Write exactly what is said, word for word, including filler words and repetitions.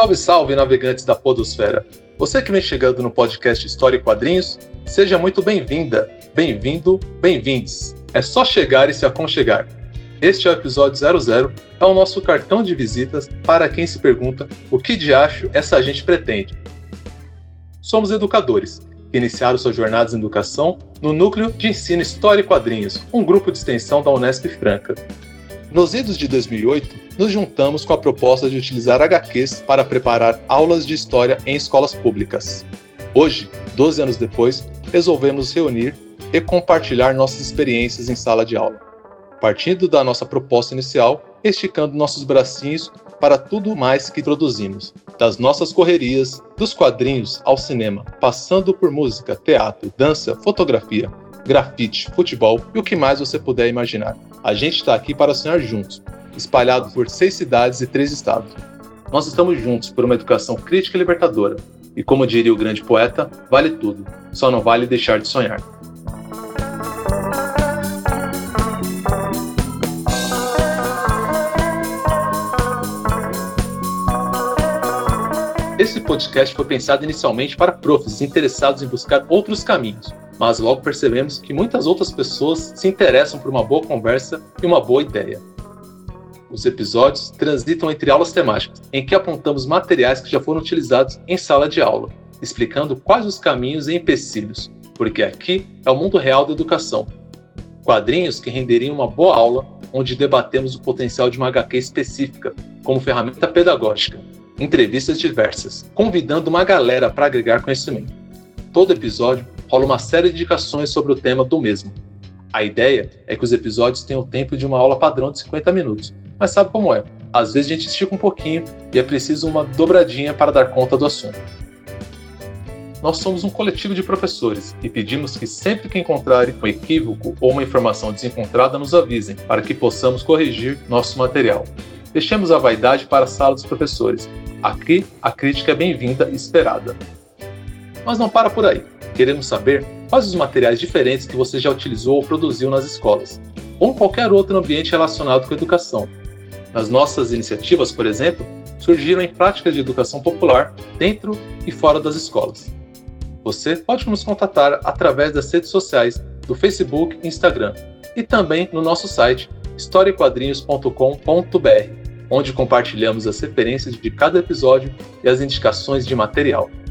Salve, salve, navegantes da podosfera! Você que vem chegando no podcast História e Quadrinhos, seja muito bem-vinda, bem-vindo, bem-vindes. É só chegar e se aconchegar. Este é o episódio zero zero, é o nosso cartão de visitas para quem se pergunta o que de acho essa gente pretende. Somos educadores, que iniciaram suas jornadas em educação no Núcleo de Ensino História e Quadrinhos, um grupo de extensão da Unesp Franca. Nos idos de dois mil e oito, nos juntamos com a proposta de utilizar agá quês para preparar aulas de história em escolas públicas. Hoje, doze anos depois, resolvemos nos reunir e compartilhar nossas experiências em sala de aula. Partindo da nossa proposta inicial, esticando nossos bracinhos para tudo mais que produzimos, das nossas correrias, dos quadrinhos ao cinema, passando por música, teatro, dança, fotografia, grafite, futebol e o que mais você puder imaginar. A gente está aqui para sonhar juntos, espalhado por seis cidades e três estados. Nós estamos juntos por uma educação crítica e libertadora. E como diria o grande poeta, vale tudo, só não vale deixar de sonhar. Esse podcast foi pensado inicialmente para profs interessados em buscar outros caminhos, mas logo percebemos que muitas outras pessoas se interessam por uma boa conversa e uma boa ideia. Os episódios transitam entre aulas temáticas, em que apontamos materiais que já foram utilizados em sala de aula, explicando quais os caminhos e empecilhos, porque aqui é o mundo real da educação. Quadrinhos que renderiam uma boa aula, onde debatemos o potencial de uma agá quê específica, como ferramenta pedagógica. Entrevistas diversas, convidando uma galera para agregar conhecimento. Todo episódio rola uma série de indicações sobre o tema do mesmo. A ideia é que os episódios tenham o tempo de uma aula padrão de cinquenta minutos, mas sabe como é? Às vezes a gente estica um pouquinho e é preciso uma dobradinha para dar conta do assunto. Nós somos um coletivo de professores e pedimos que sempre que encontrarem um equívoco ou uma informação desencontrada nos avisem, para que possamos corrigir nosso material. Deixemos a vaidade para a sala dos professores. Aqui, a crítica é bem-vinda e esperada. Mas não para por aí. Queremos saber quais os materiais diferentes que você já utilizou ou produziu nas escolas, ou em qualquer outro ambiente relacionado com a educação. Nas nossas iniciativas, por exemplo, surgiram em práticas de educação popular dentro e fora das escolas. Você pode nos contatar através das redes sociais do Facebook e Instagram, e também no nosso site história e quadrinhos ponto com ponto b r, onde compartilhamos as referências de cada episódio e as indicações de material.